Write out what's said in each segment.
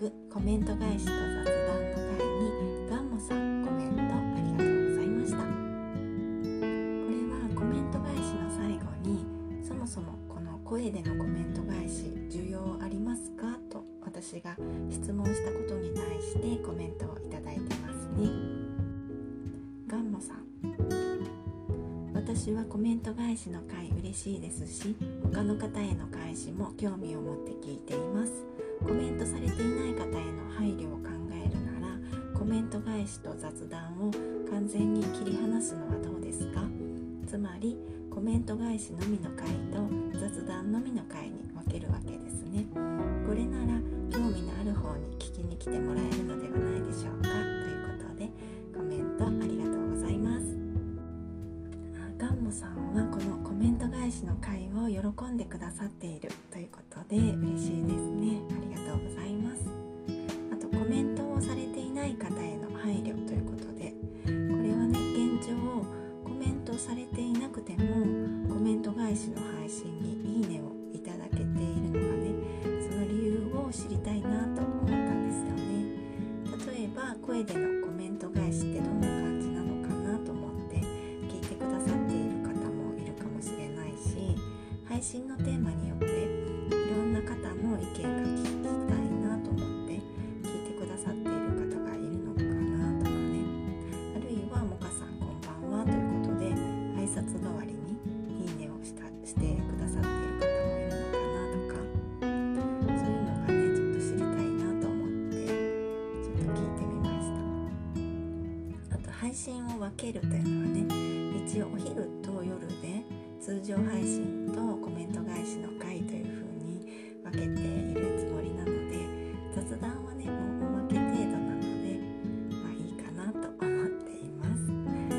くコメント返しと雑談の会にガンモさんコメントありがとうございました。これはコメント返しの最後にそもそもこの声でのコメント返し需要ありますかと私が質問したことに対してコメントをいただいてますね。ガンモさん、私はコメント返しの回嬉しいですし、他の方への返しも興味を持って聞いています。コメントされていない方への配慮を考えるなら、コメント返しと雑談を完全に切り離すのはどうですか？つまりコメント返しのみの回と雑談のみの回に分けるわけですね。これなら興味のある方に聞きに来てもらえるのではないでしょうか、ということでコメントありがとうございます。ガンモさんはこのコメント返しの回を喜んでくださっているということで嬉しいですね。ありがとうございます。あとコメントをされていない方への配慮ということで、これはね、現状コメントされていなくてもコメント返しの配信にいいねをいただけているのがね、その理由を知りたいなと思ったんですよね。例えば声でのコメント返しってどんな感じなのかなと思って聞いてくださっている方もいるかもしれないし、配信のテーマによっていろんな方の意見が聞きたいなと思って聞いてくださっている方がいるのかなとかね、あるいはもかさんこんばんはということで挨拶代わりにいいねをしてくださっている方もいるのかなとか、そういうのがねちょっと知りたいなと思ってちょっと聞いてみました。あと配信を分けるというのはね、一応お昼と夜で通常配信とコメント返しの回という風に分けているつもりなので、雑談はねもうおまけ程度なのでまあいいかなと思っています。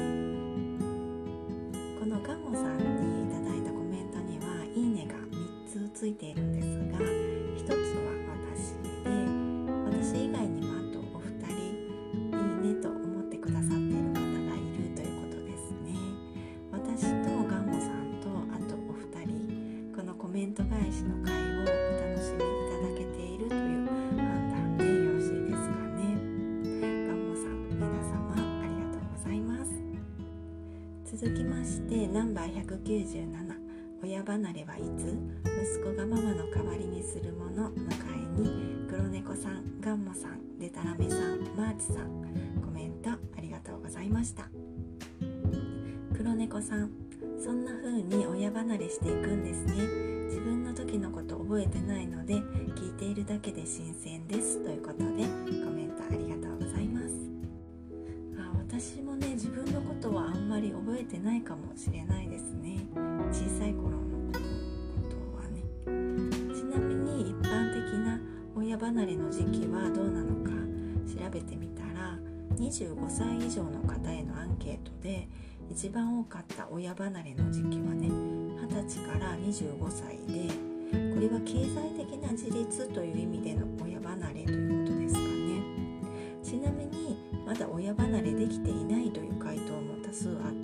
このガンモさんにいただいたコメントにはいいねが3つついているんですが、1つは私以外にもあとお二人いいねと思ってくださっている方がいるということですね。私とガンモさんとあとお二人、このコメント返しの回をお楽しみいただけているという判断でよろしいですかね。ガンモさん、皆様ありがとうございます。続きましてナンバー197、親離れはいつ？息子がママの代わりにするものの回に黒猫さん、ガンモさん、デタラメさん、マーチさん、コメントありがとうございました。黒猫さん、そんな風に親離れしていくんですね。自分の時のこと覚えてないので聞いているだけで新鮮ですということでコメントありがとうございます。私もね、自分のことはあんまり覚えてないかもしれないですね。小さい頃のことはね。ちなみに一般的な親離れの時期はどうなのか調べてみたら、25歳以上の方へのアンケートで一番多かった親離れの時期はね、20歳から25歳で、これは経済的な自立という意味での親離れということですかね。ちなみにまだ親離れできていないという回答も多数あって、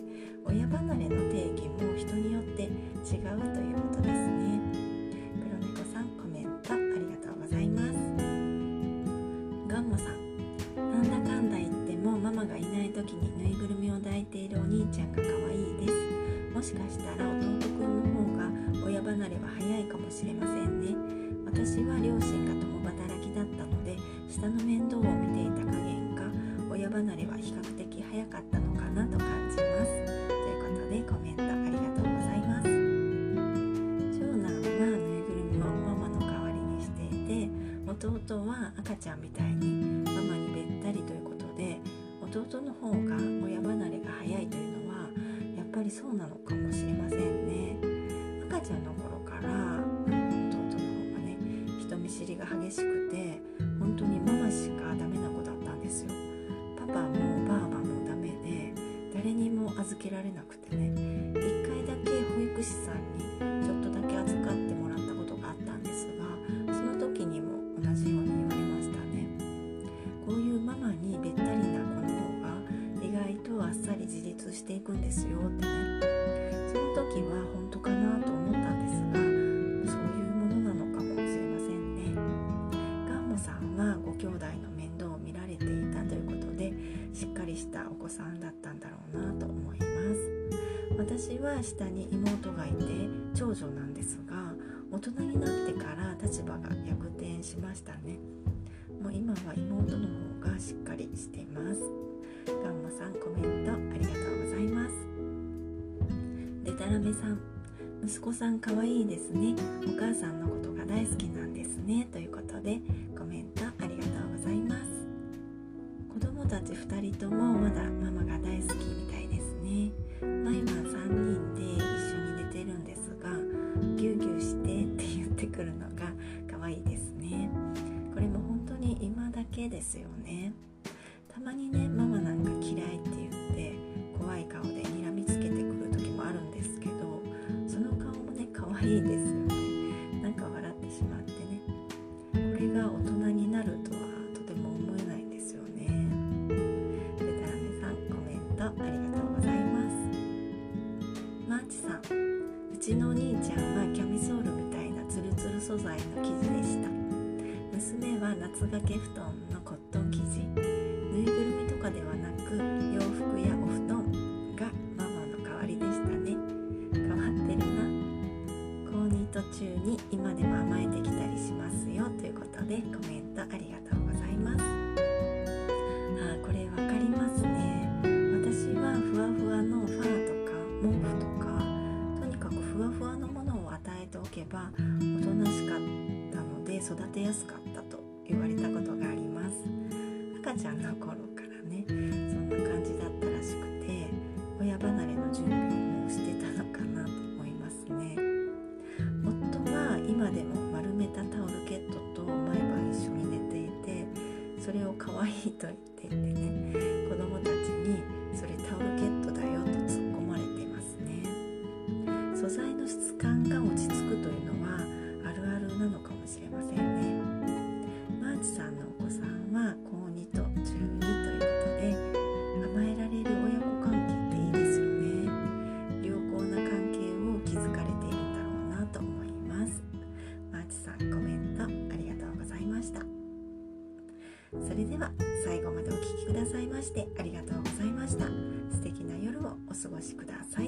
親離れの定義も人によって違うということですね。黒猫さん、コメントありがとうございます。ガンモさん、なんだかんだ言ってもママがいない時にぬいぐるみを抱いているお兄ちゃんが可愛いです。もしかしたら弟くんの方が親離れは早いかもしれませんね。私は両親が共働きだったので下の面倒を見ていた加減か親離れは比較的早かったのかなと感じます。ということでコメントありがとうございます。長男はぬいぐるみをママの代わりにしていて、弟は赤ちゃんみたいにママにべったりということで、弟の方が親離れが早いというのはやっぱりそうなのかもしれませんね。赤ちゃんの頃から弟の方がね、人見知りが激しくて本当にママしかダメな子だったんですよ。パパもばあばもダメで誰にも預けられなくてね、一回だけ保育士さんにちょっとだけ預かってもらったことがあったんですが、その時にも同じように言われましたね。こういうママにべったりな子の方が意外とあっさり自立していくんですよってね。その時は本当かなと思ったんですが、そういうものなのかもしれませんね。ガンモさん私は下に妹がいて長女なんですが、大人になってから立場が逆転しましたね。もう今は妹の方がしっかりしています。ガンマさん、コメントありがとうございます。デタラメさん、息子さんかわいいですね。お母さんのことが大好きなんですね、ということでコメントありがとうございます。子供たち2人ともまだママが大好きみたいですね。毎晩3人で一緒に寝てるんですが、ギューギューしてって言ってくるのが可愛いですね。これも本当に今だけですよね。たまにね、ママなんか嫌いって言って怖い顔で睨みつけてくる時もあるんですけど、その顔もね可愛いですよね。なんか笑ってしまってね、これが大人になるとはとても思えないんですよね。デタラメさん、コメントありがとうございます。マーチさん、うちのお兄ちゃんはキャミソールみたいなツルツル素材の生地でした。娘は夏掛け布団のコットン生地、ぬいぐるみとかではなく洋服やお布団がママの代わりでしたね。変わってるな。高2途中に今でも甘えてきたりしますよ、ということでコメントありがとうございます。これわかりますね。私はふわふわのファーとか毛布とか、とにかくふわふわのものを与えておけばおとなしかったので育てやすかったと言われたことがあります。赤ちゃんの頃からね、そんな感じだったらしくて、親離れの準備をもうしてたのかなと思いますね。夫は今でも丸めたタオルケットと毎晩一緒に寝ていて、それを可愛いと言っていてね、子供たちにそれタオルケットだよと突っ込まれていますね。素材の質感が落ち着くというのはあるあるなのかもしれませんね。マーチさんのお子さんは高2と中2ということで、甘えられる親子関係っていいですよね。良好な関係を築かれているんだろうなと思います。マーチさん、コメントありがとうございました。それでは最後までお聞きくださいましてありがとうございました。素敵な夜をお過ごしください。